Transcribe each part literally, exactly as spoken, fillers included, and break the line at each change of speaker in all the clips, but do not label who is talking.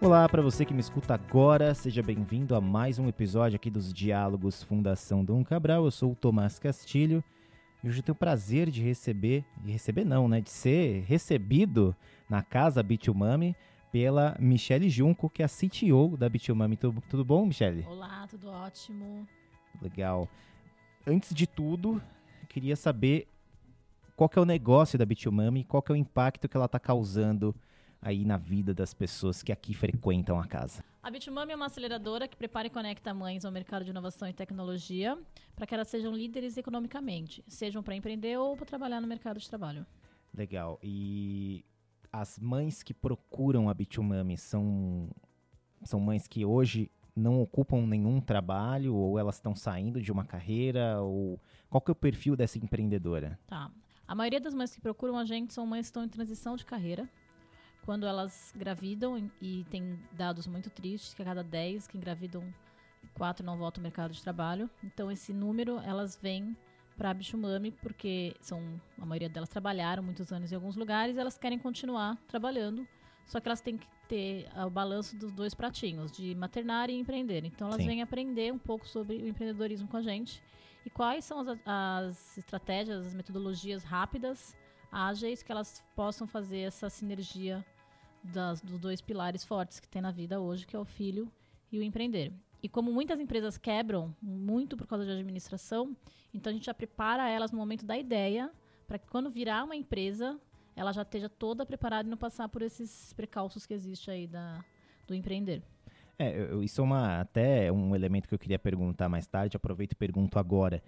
Olá para você que me escuta agora, seja bem-vindo a mais um episódio aqui dos Diálogos Fundação Dom Cabral. Eu sou o Tomás Castilho e hoje eu tenho o prazer de receber, de receber não, né, de ser recebido na casa Bitumami pela Michele Junco, que é a C T O da Bitumami. Tudo, tudo bom, Michele?
Olá, tudo ótimo.
Legal. Antes de tudo, eu queria saber qual que é o negócio da Bitumami, qual que é o impacto que ela está causando aí na vida das pessoas que aqui frequentam a casa.
A Bitumami é uma aceleradora que prepara e conecta mães ao mercado de inovação e tecnologia para que elas sejam líderes economicamente, sejam para empreender ou para trabalhar no mercado de trabalho.
Legal. E as mães que procuram a Bitumami são, são mães que hoje não ocupam nenhum trabalho ou elas estão saindo de uma carreira? Ou qual que é o perfil dessa empreendedora?
Tá. A maioria das mães que procuram a gente são mães que estão em transição de carreira. Quando elas engravidam, e tem dados muito tristes, que a cada dez que engravidam, quatro não voltam ao mercado de trabalho. Então, esse número, elas vêm para a Bitumami, porque são, a maioria delas trabalharam muitos anos em alguns lugares, e elas querem continuar trabalhando, só que elas têm que ter o balanço dos dois pratinhos, de maternar e empreender. Então, elas
Sim.
vêm aprender um pouco sobre o empreendedorismo com a gente, e quais são as, as estratégias, as metodologias rápidas, ágeis, que elas possam fazer essa sinergia Das, dos dois pilares fortes que tem na vida hoje, que é o filho e o empreender. E como muitas empresas quebram muito por causa de administração, então a gente já prepara elas no momento da ideia, para que quando virar uma empresa, ela já esteja toda preparada e não passar por esses precalços que existem aí da, do empreender.
É, eu, isso é uma, até um elemento que eu queria perguntar mais tarde, aproveito e pergunto agora.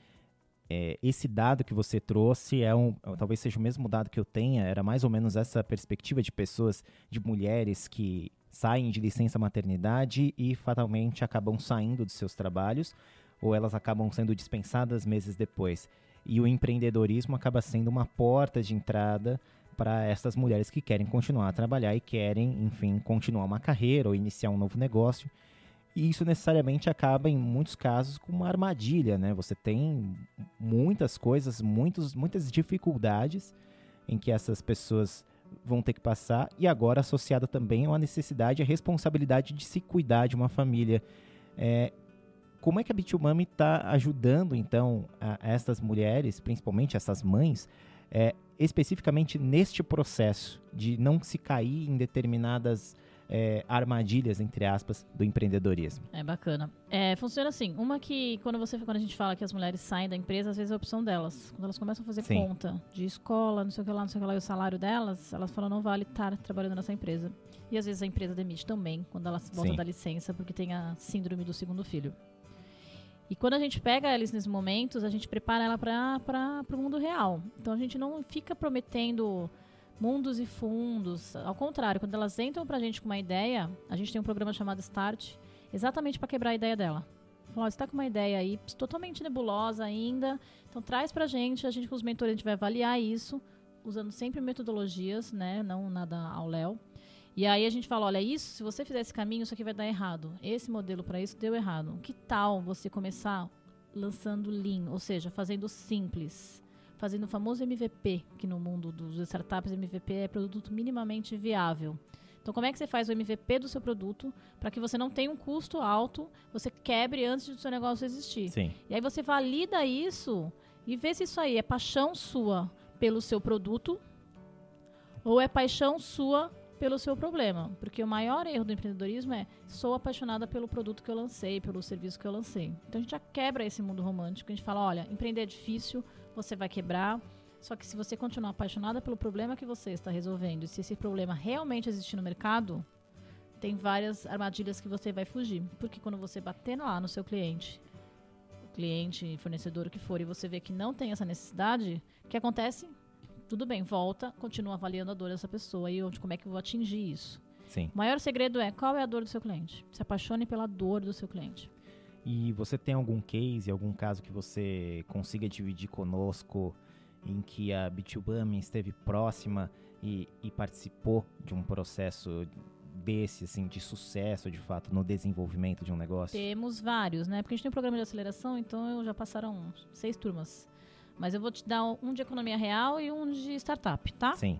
É, esse dado que você trouxe é um, talvez seja o mesmo dado que eu tenha, era mais ou menos essa perspectiva de pessoas, de mulheres que saem de licença maternidade e fatalmente acabam saindo dos seus trabalhos, ou elas acabam sendo dispensadas meses depois. E o empreendedorismo acaba sendo uma porta de entrada para essas mulheres que querem continuar a trabalhar e querem, enfim, continuar uma carreira ou iniciar um novo negócio. E isso necessariamente acaba, em muitos casos, com uma armadilha, né? Você tem muitas coisas, muitos, muitas dificuldades em que essas pessoas vão ter que passar, e agora associada também a uma necessidade, a responsabilidade de se cuidar de uma família. É, como é que a Bitumami está ajudando, então, a, a essas mulheres, principalmente essas mães, é, especificamente neste processo de não se cair em determinadas É, armadilhas, entre aspas, do empreendedorismo?
É bacana. É, funciona assim, uma que quando, você, quando a gente fala que as mulheres saem da empresa, às vezes é a opção delas. Quando elas começam a fazer
Sim.
conta de escola, não sei o que lá, não sei o que lá, e o salário delas, elas falam, não vale estar trabalhando nessa empresa. E às vezes a empresa demite também, quando elas voltam da licença, porque tem a síndrome do segundo filho. E quando a gente pega eles nesses momentos, a gente prepara ela para o mundo real. Então a gente não fica prometendo mundos e fundos. Ao contrário, quando elas entram pra gente com uma ideia, a gente tem um programa chamado Start, exatamente para quebrar a ideia dela. Fala, você tá com uma ideia aí totalmente nebulosa ainda, então traz pra gente, a gente com os mentores a gente vai avaliar isso, usando sempre metodologias, né, não nada ao léu. E aí a gente fala, olha, isso, se você fizer esse caminho, isso aqui vai dar errado. Esse modelo para isso deu errado. Que tal você começar lançando Lean, ou seja, fazendo simples, fazendo o famoso M V P, que no mundo dos startups M V P é produto minimamente viável. Então, como é que você faz o M V P do seu produto para que você não tenha um custo alto, você quebre antes do seu negócio existir?
Sim.
E aí você valida isso e vê se isso aí é paixão sua pelo seu produto ou é paixão sua pelo seu problema. Porque o maior erro do empreendedorismo é, sou apaixonada pelo produto que eu lancei, pelo serviço que eu lancei. Então, a gente já quebra esse mundo romântico. A gente fala, olha, empreender é difícil, você vai quebrar, só que se você continuar apaixonada pelo problema que você está resolvendo, e se esse problema realmente existir no mercado, tem várias armadilhas que você vai fugir. Porque quando você bater lá no seu cliente, cliente, fornecedor, o que for, e você vê que não tem essa necessidade, o que acontece? Tudo bem, volta, continua avaliando a dor dessa pessoa e onde, como é que eu vou atingir isso.
Sim.
O maior segredo é, qual é a dor do seu cliente? Se apaixone pela dor do seu cliente.
E você tem algum case, algum caso que você consiga dividir conosco em que a Bitumami esteve próxima e, e participou de um processo desse, assim, de sucesso, de fato, no desenvolvimento de um negócio?
Temos vários, né? Porque a gente tem um programa de aceleração, então já passaram seis turmas. Mas eu vou te dar um de economia real e um de startup, tá?
Sim.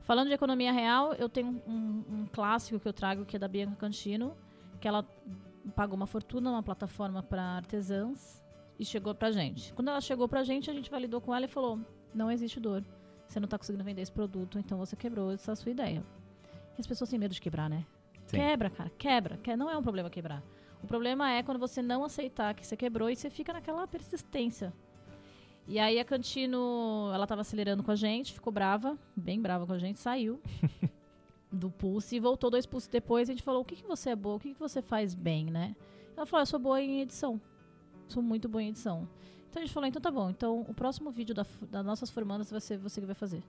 Falando de economia real, eu tenho um, um clássico que eu trago, que é da Bianca Cantino, que ela pagou uma fortuna numa plataforma para artesãs e chegou pra gente. Quando ela chegou pra gente, a gente validou com ela e falou, não existe dor. Você não está conseguindo vender esse produto, então você quebrou essa sua ideia. E as pessoas têm medo de quebrar, né? Sim. Quebra, cara, quebra. Que não é um problema quebrar. O problema é quando você não aceitar que você quebrou e você fica naquela persistência. E aí a Cantino, ela estava acelerando com a gente, ficou brava, bem brava com a gente, saiu do Pulse e voltou dois Pulse depois. A gente falou, o que, que você é boa, o que, que você faz bem, né? Ela falou, eu sou boa em edição. Sou muito boa em edição. Então a gente falou, então tá bom, então o próximo vídeo da, das nossas formandas vai ser você que vai fazer.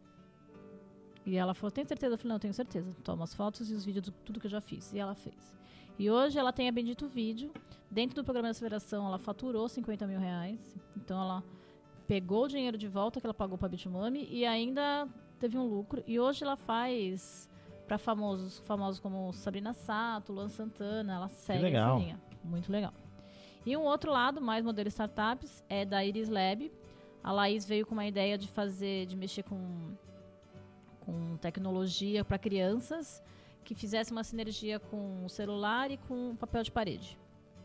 E ela falou, tem certeza? Eu falei, não, tenho certeza. Toma as fotos e os vídeos de tudo que eu já fiz. E ela fez. E hoje ela tem a Bendito Vídeo. Dentro do programa de aceleração, ela faturou cinquenta mil reais. Então ela pegou o dinheiro de volta que ela pagou pra Bitumami e ainda teve um lucro. E hoje ela faz para famosos, famosos como Sabrina Sato, Luan Santana. Ela segue essa linha. Muito legal. E um outro lado, mais modelo startups, é da Iris Lab. A Laís veio com uma ideia de fazer, de mexer com, com tecnologia para crianças, que fizesse uma sinergia com o celular e com o papel de parede.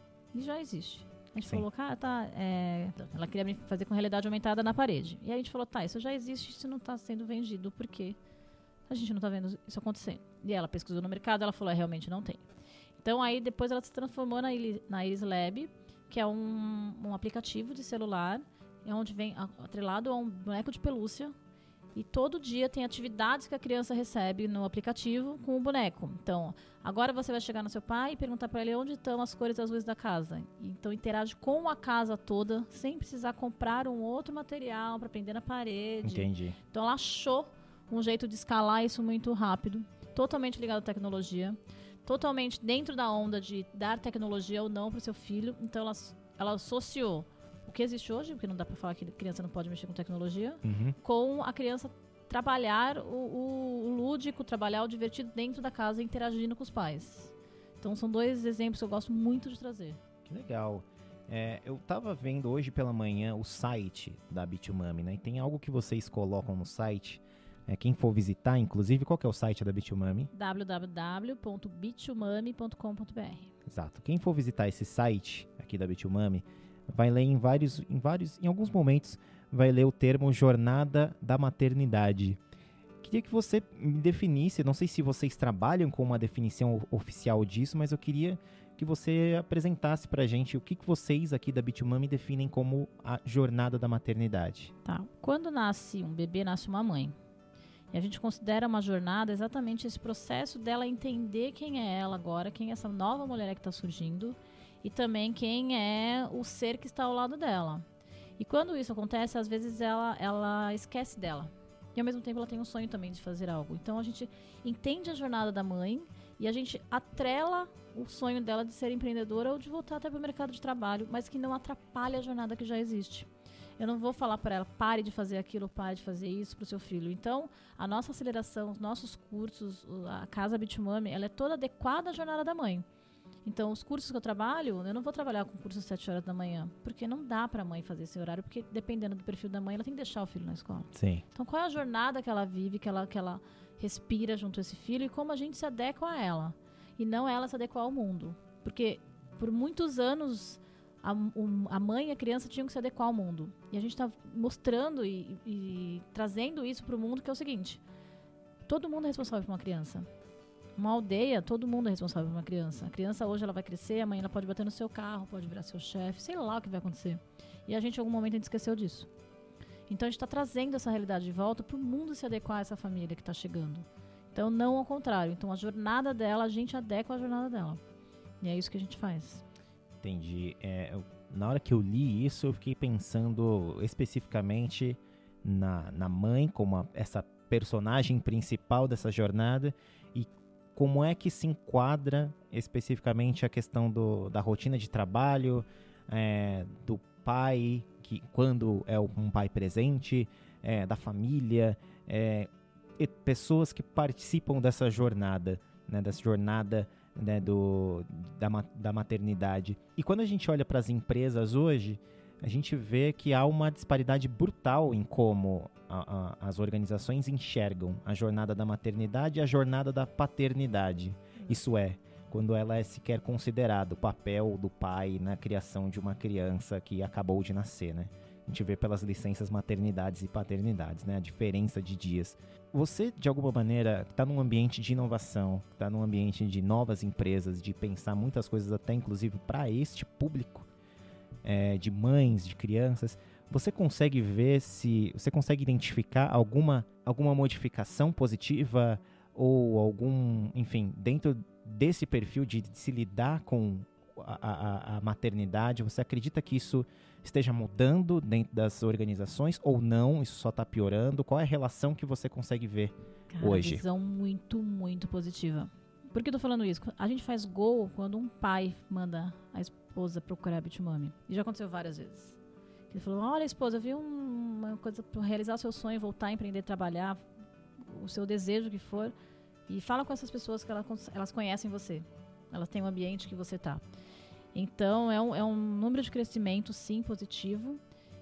E já existe. A gente Sim. falou, cara, tá, é... ela queria fazer com realidade aumentada na parede. E aí a gente falou, tá, isso já existe, isso não está sendo vendido, por quê? A gente não está vendo isso acontecendo. E ela pesquisou no mercado, ela falou, é, realmente não tem. Então aí depois ela se transformou na, Iris, na Iris Lab, que é um, um aplicativo de celular, é onde vem atrelado a um boneco de pelúcia. E todo dia tem atividades que a criança recebe no aplicativo com o boneco. Então, agora você vai chegar no seu pai e perguntar para ele onde estão as cores azuis da casa. Então, interage com a casa toda, sem precisar comprar um outro material para prender na parede.
Entendi.
Então, ela achou um jeito de escalar isso muito rápido, totalmente ligado à tecnologia, totalmente dentro da onda de dar tecnologia ou não para o seu filho. Então, ela, ela associou o que existe hoje, porque não dá para falar que a criança não pode mexer com tecnologia,
uhum.
com a criança trabalhar o, o, o lúdico, trabalhar o divertido dentro da casa, interagindo com os pais. Então são dois exemplos que eu gosto muito de trazer.
Que legal. É, eu estava vendo hoje pela manhã o site da Bitumami, né? E tem algo que vocês colocam no site, é, quem for visitar, inclusive, qual que é o site da Bitumami?
w w w ponto bitumami ponto com ponto b r.
Exato. Quem for visitar esse site aqui da Bitumami, vai ler em vários, em vários, em alguns momentos, vai ler o termo jornada da maternidade. Queria que você me definisse, não sei se vocês trabalham com uma definição oficial disso, mas eu queria que você apresentasse pra gente o que, que vocês aqui da Bitumami definem como a jornada da maternidade.
Tá. Quando nasce um bebê, nasce uma mãe. E a gente considera uma jornada exatamente esse processo dela entender quem é ela agora, quem é essa nova mulher que está surgindo, e também quem é o ser que está ao lado dela. E quando isso acontece, às vezes ela, ela esquece dela. E ao mesmo tempo ela tem um sonho também de fazer algo. Então a gente entende a jornada da mãe e a gente atrela o sonho dela de ser empreendedora ou de voltar até para o mercado de trabalho, mas que não atrapalhe a jornada que já existe. Eu não vou falar para ela, pare de fazer aquilo, pare de fazer isso para o seu filho. Então, a nossa aceleração, os nossos cursos, a Casa Bitumami, ela é toda adequada à jornada da mãe. Então, os cursos que eu trabalho, eu não vou trabalhar com curso às sete horas da manhã, porque não dá para a mãe fazer esse horário, porque dependendo do perfil da mãe, ela tem que deixar o filho na escola.
Sim.
Então, qual é a jornada que ela vive, que ela, que ela respira junto a esse filho e como a gente se adequa a ela, e não ela se adequar ao mundo. Porque, por muitos anos, a, um, a mãe e a criança tinham que se adequar ao mundo. E a gente está mostrando e, e trazendo isso para o mundo, que é o seguinte: todo mundo é responsável por uma criança. Uma aldeia, todo mundo é responsável por uma criança. A criança hoje ela vai crescer, amanhã ela pode bater no seu carro, pode virar seu chefe, sei lá o que vai acontecer. E a gente, em algum momento, a gente esqueceu disso. Então, a gente está trazendo essa realidade de volta para o mundo se adequar a essa família que está chegando. Então, não ao contrário. Então, a jornada dela, a gente adequa a jornada dela. E é isso que a gente faz.
Entendi. É, eu, na hora que eu li isso, eu fiquei pensando especificamente na, na mãe, como a, essa personagem principal dessa jornada, e como é que se enquadra especificamente a questão do, da rotina de trabalho, é, do pai, que, quando é um pai presente, é, da família, é, e pessoas que participam dessa jornada, né, dessa jornada, né, do, da, da maternidade. E quando a gente olha para as empresas hoje, a gente vê que há uma disparidade brutal em como a, a, as organizações enxergam a jornada da maternidade e a jornada da paternidade. Isso é, quando ela é sequer considerada o papel do pai na criação de uma criança que acabou de nascer, né? A gente vê pelas licenças maternidades e paternidades, né? A diferença de dias. Você, de alguma maneira, está num ambiente de inovação, está num ambiente de novas empresas, de pensar muitas coisas até inclusive para este público, é, de mães, de crianças, você consegue ver se... Você consegue identificar alguma, alguma modificação positiva ou algum... Enfim, dentro desse perfil de, de se lidar com a, a, a maternidade, você acredita que isso esteja mudando dentro das organizações ou não? Isso só está piorando? Qual é a relação que você consegue ver
Cara,
hoje?
Visão muito, muito positiva. Por que eu tô falando isso? A gente faz gol quando um pai manda a esposa procurar a Bitumami. E já aconteceu várias vezes. Ele falou, olha, esposa, eu vi um, uma coisa para realizar o seu sonho, voltar a empreender, trabalhar, o seu desejo que for, e fala com essas pessoas que elas, elas conhecem você. Elas têm o ambiente que você tá. Então, é um, é um número de crescimento, sim, positivo.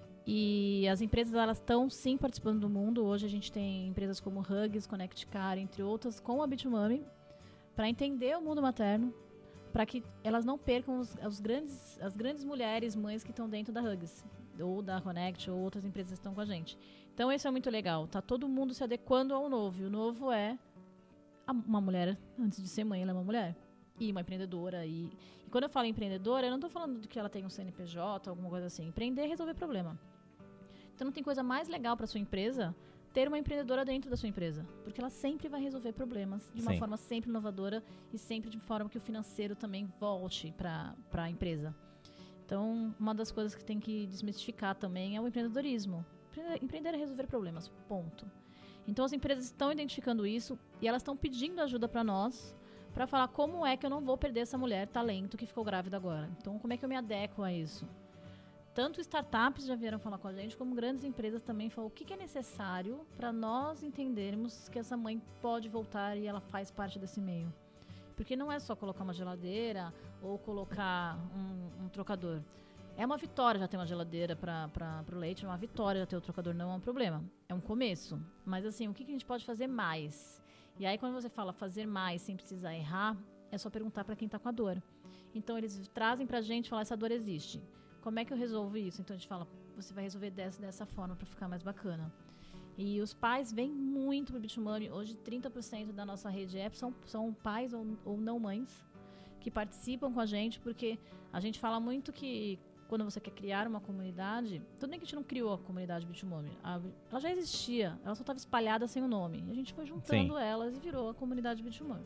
E as empresas, elas estão, sim, participando do mundo. Hoje a gente tem empresas como Hugs, Connect Car, entre outras, com a Bitumami, para entender o mundo materno, para que elas não percam os, os grandes, as grandes mulheres, mães que estão dentro da Hugs, ou da Connect, ou outras empresas que estão com a gente. Então, isso é muito legal. Tá todo mundo se adequando ao novo. E o novo é a, uma mulher, antes de ser mãe, ela é uma mulher. E uma empreendedora. E, e quando eu falo empreendedora, eu não estou falando de que ela tem um C N P J, alguma coisa assim. Empreender é resolver problema. Então, não tem coisa mais legal para sua empresa ter uma empreendedora dentro da sua empresa. Porque ela sempre vai resolver problemas de uma
Sim.
forma sempre inovadora e sempre de forma que o financeiro também volte para a empresa. Então, uma das coisas que tem que desmistificar também é o empreendedorismo. Empreender é resolver problemas, ponto. Então, as empresas estão identificando isso e elas estão pedindo ajuda para nós para falar como é que eu não vou perder essa mulher talento que ficou grávida agora. Então, como é que eu me adequo a isso? Tanto startups já vieram falar com a gente, como grandes empresas também falaram o que, que é necessário para nós entendermos que essa mãe pode voltar e ela faz parte desse meio. Porque não é só colocar uma geladeira ou colocar um, um trocador. É uma vitória já ter uma geladeira para o leite, é uma vitória já ter o trocador, não é um problema. É um começo. Mas assim, o que, que a gente pode fazer mais? E aí quando você fala fazer mais sem precisar errar, é só perguntar para quem está com a dor. Então eles trazem para a gente e falam, essa dor existe. Como é que eu resolvo isso? Então a gente fala, você vai resolver dessa, dessa forma para ficar mais bacana. E os pais vêm muito pro Bitumami. Hoje trinta por cento da nossa rede app são, são pais ou, ou não mães que participam com a gente, porque a gente fala muito que quando você quer criar uma comunidade, tudo bem que a gente não criou a comunidade Bitumami, ela já existia, ela só estava espalhada sem o nome. E a gente foi juntando Sim. elas e virou a comunidade Bitumami.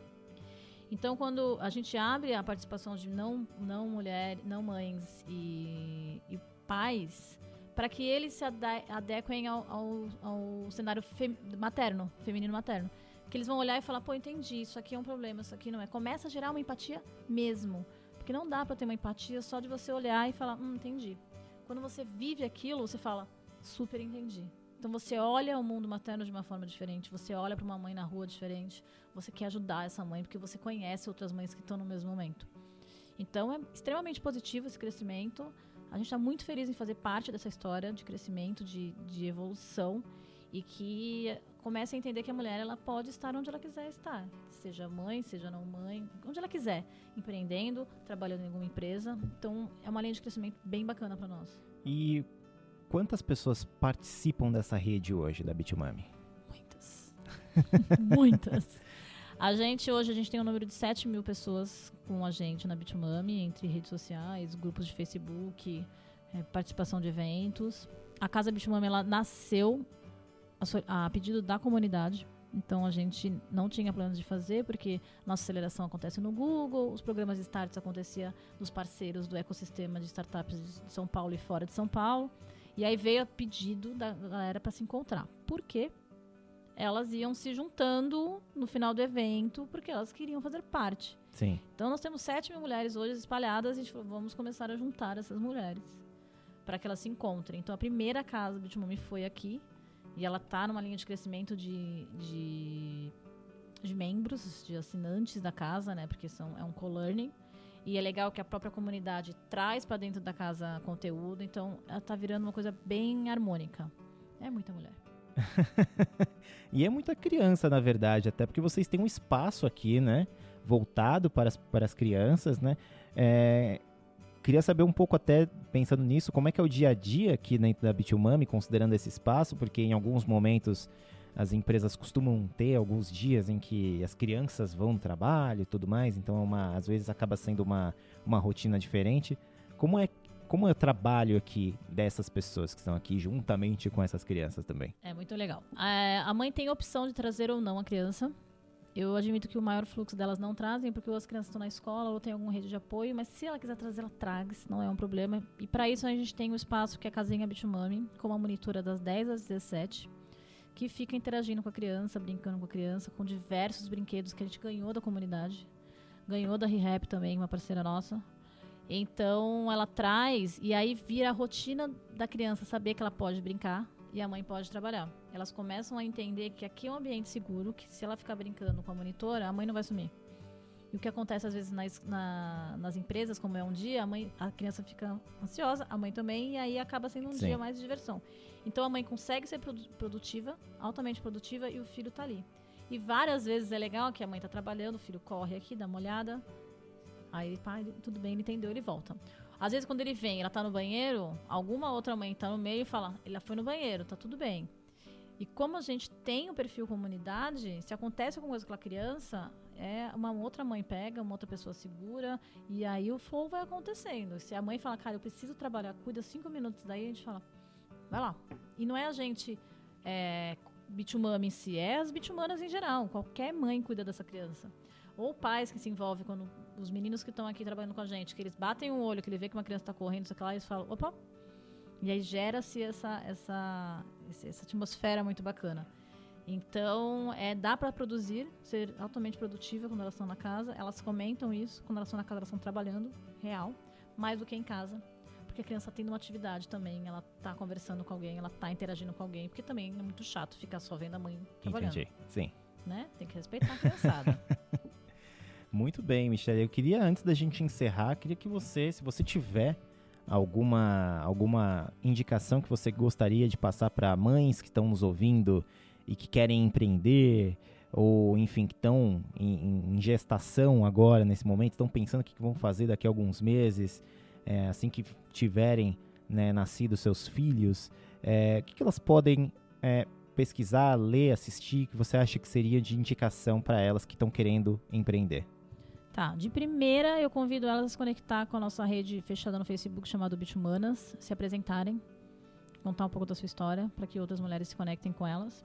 Então, quando a gente abre a participação de não, não mulheres, não mães e, e pais, para que eles se adequem ao, ao, ao cenário fem, materno, feminino materno. Que eles vão olhar e falar, pô, entendi, isso aqui é um problema, isso aqui não é. Começa a gerar uma empatia mesmo. Porque não dá para ter uma empatia só de você olhar e falar, hum, entendi. Quando você vive aquilo, você fala, super entendi. Então você olha o mundo materno de uma forma diferente, você olha para uma mãe na rua diferente, você quer ajudar essa mãe porque você conhece outras mães que estão no mesmo momento. Então é extremamente positivo esse crescimento. A gente está muito feliz em fazer parte dessa história de crescimento, de, de evolução e que comece a entender que a mulher ela pode estar onde ela quiser estar, seja mãe, seja não mãe, onde ela quiser, empreendendo, trabalhando em alguma empresa. Então é uma linha de crescimento bem bacana para nós.
E quantas pessoas participam dessa rede hoje da Bitumami?
Muitas. Muitas. A gente, hoje, a gente tem um número de sete mil pessoas com a gente na Bitumami, entre redes sociais, grupos de Facebook, é, participação de eventos. A Casa Bitumami, ela nasceu a, a pedido da comunidade. Então, a gente não tinha planos de fazer, porque nossa aceleração acontece no Google, os programas de starts aconteciam dos parceiros do ecossistema de startups de São Paulo e fora de São Paulo. E aí veio o pedido da galera para se encontrar. Por quê? Elas iam se juntando no final do evento, porque elas queriam fazer parte.
Sim.
Então, nós temos sete mil mulheres hoje espalhadas, e a gente falou, vamos começar a juntar essas mulheres para que elas se encontrem. Então, a primeira casa do Bitumami foi aqui, e ela está numa linha de crescimento de, de, de membros, de assinantes da casa, né? Porque são, é um co-learning. E é legal que a própria comunidade traz para dentro da casa conteúdo. Então, ela tá virando uma coisa bem harmônica. É muita mulher.
E é muita criança, na verdade, até porque vocês têm um espaço aqui, né? Voltado para as, para as crianças, né? É, queria saber um pouco, até pensando nisso, como é que é o dia a dia aqui dentro da Bitumami, considerando esse espaço, porque em alguns momentos as empresas costumam ter alguns dias em que as crianças vão no trabalho e tudo mais, então é uma, às vezes acaba sendo uma, uma rotina diferente. Como é, como é o trabalho aqui dessas pessoas que estão aqui juntamente com essas crianças também?
É muito legal. A, a mãe tem a opção de trazer ou não a criança. Eu admito que o maior fluxo delas não trazem, porque ou as crianças estão na escola ou tem alguma rede de apoio, mas se ela quiser trazer, ela traga, não é um problema. E para isso a gente tem o espaço que é a Casinha Bitumami, com uma monitora das dez às dezessete, que fica interagindo com a criança, brincando com a criança, com diversos brinquedos que a gente ganhou da comunidade. Ganhou da ReHap também, uma parceira nossa. Então ela traz, e aí vira a rotina da criança saber que ela pode brincar e a mãe pode trabalhar. Elas começam a entender que aqui é um ambiente seguro, que se ela ficar brincando com a monitora, a mãe não vai sumir. E o que acontece às vezes nas, na, nas empresas, como é um dia, a, mãe, a criança fica ansiosa, a mãe também, e aí acaba sendo um Sim. dia mais de diversão. Então a mãe consegue ser produtiva, altamente produtiva, e o filho tá ali. E várias vezes é legal que a mãe tá trabalhando, o filho corre aqui, dá uma olhada, aí ele, pá, ele, tudo bem, ele entendeu, ele volta. Às vezes quando ele vem, ela tá no banheiro, alguma outra mãe tá no meio e fala, ela foi no banheiro, tá tudo bem. E como a gente tem o perfil comunidade, se acontece alguma coisa com a criança, é uma outra mãe pega, uma outra pessoa segura, e aí o flow vai acontecendo. Se a mãe fala, cara, eu preciso trabalhar, cuida cinco minutos, daí a gente fala, vai lá. E não é a gente, é, Bitumami em si, é as bitumanas em geral. Qualquer mãe cuida dessa criança. Ou pais que se envolvem, quando os meninos que estão aqui trabalhando com a gente, que eles batem o olho, que ele vê que uma criança está correndo, sei lá, eles falam, opa. E aí gera-se essa, essa, essa atmosfera muito bacana. Então, é, dá para produzir, ser altamente produtiva quando elas estão na casa. Elas comentam isso, quando elas estão na casa, elas estão trabalhando, real, mais do que em casa. Porque a criança tem uma atividade também, ela tá conversando com alguém, ela tá interagindo com alguém, porque também é muito chato ficar só vendo a mãe trabalhando.
Entendi, sim.
Né? Tem que respeitar a criançada.
Muito bem, Michele. Eu queria, antes da gente encerrar, queria que você, se você tiver alguma, alguma indicação que você gostaria de passar para mães que estão nos ouvindo e que querem empreender, ou enfim, que estão em, em gestação agora, nesse momento, estão pensando o que vão fazer daqui a alguns meses, é, assim que tiverem, né, nascido seus filhos, é, o que, que elas podem é, pesquisar, ler, assistir, que você acha que seria de indicação para elas que estão querendo empreender?
Tá, de primeira eu convido elas a se conectar com a nossa rede fechada no Facebook chamada Bitumanas, se apresentarem, contar um pouco da sua história para que outras mulheres se conectem com elas.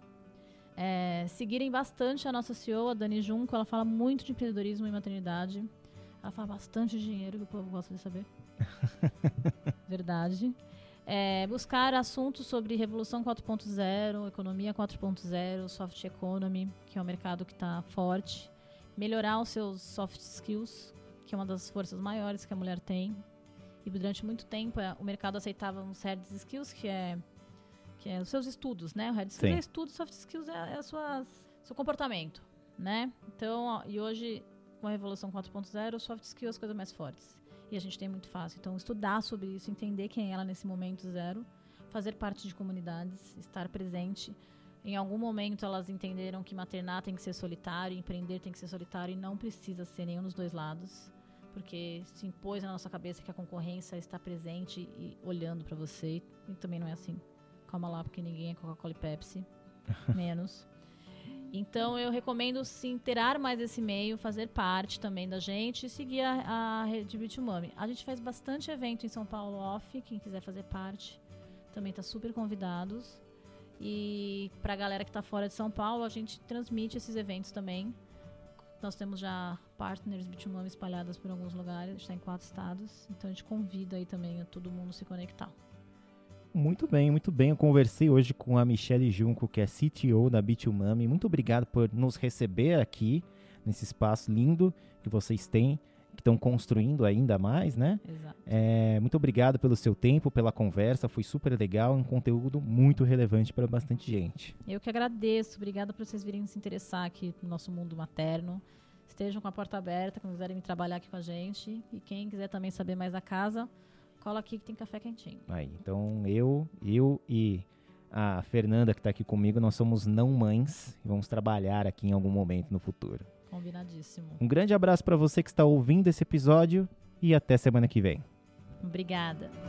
É, seguirem bastante a nossa C E O, a Dani Junco, ela fala muito de empreendedorismo e maternidade. Ela fala bastante de dinheiro, que o povo gosta de saber. Verdade. É, buscar assuntos sobre Revolução quatro ponto zero, Economia quatro ponto zero, Soft Economy, que é um mercado que está forte. Melhorar os seus soft skills, que é uma das forças maiores que a mulher tem. E durante muito tempo o mercado aceitava uns hard skills, que é, que é os seus estudos, né? O hard skills Sim. é estudo, soft skills é, é o seu comportamento, né? Então, ó, e hoje, com a Revolução quatro ponto zero, soft skills são as coisas mais fortes. E a gente tem muito fácil. Então, estudar sobre isso, entender quem é ela nesse momento zero, fazer parte de comunidades, estar presente. Em algum momento elas entenderam que maternar tem que ser solitário, empreender tem que ser solitário, e não precisa ser nenhum dos dois lados, porque se impôs na nossa cabeça que a concorrência está presente e olhando para você, e também não é assim. Calma lá, porque ninguém é Coca-Cola e Pepsi, menos. Então eu recomendo se inteirar mais desse meio, fazer parte também da gente e seguir a, a rede Bitumami. A gente faz bastante evento em São Paulo off, quem quiser fazer parte também está super convidados. E para a galera que está fora de São Paulo, a gente transmite esses eventos também. Nós temos já partners Bitumami espalhadas por alguns lugares, a gente está em quatro estados. Então a gente convida aí também a todo mundo se conectar.
Muito bem, muito bem. Eu conversei hoje com a Michele Junco, que é C T O da Bitumami. Muito obrigado por nos receber aqui, nesse espaço lindo que vocês têm, que estão construindo ainda mais, né?
Exato.
É, muito obrigado pelo seu tempo, pela conversa, foi super legal, um conteúdo muito relevante para bastante gente.
Eu que agradeço, obrigada por vocês virem se interessar aqui no nosso mundo materno. Se estejam com a porta aberta, quando quiserem vir trabalhar aqui com a gente. E quem quiser também saber mais da casa, cola aqui que tem café quentinho.
Aí, então eu, eu e a Fernanda que está aqui comigo, nós somos não mães e vamos trabalhar aqui em algum momento no futuro.
Combinadíssimo.
Um grande abraço para você que está ouvindo esse episódio e até semana que vem.
Obrigada.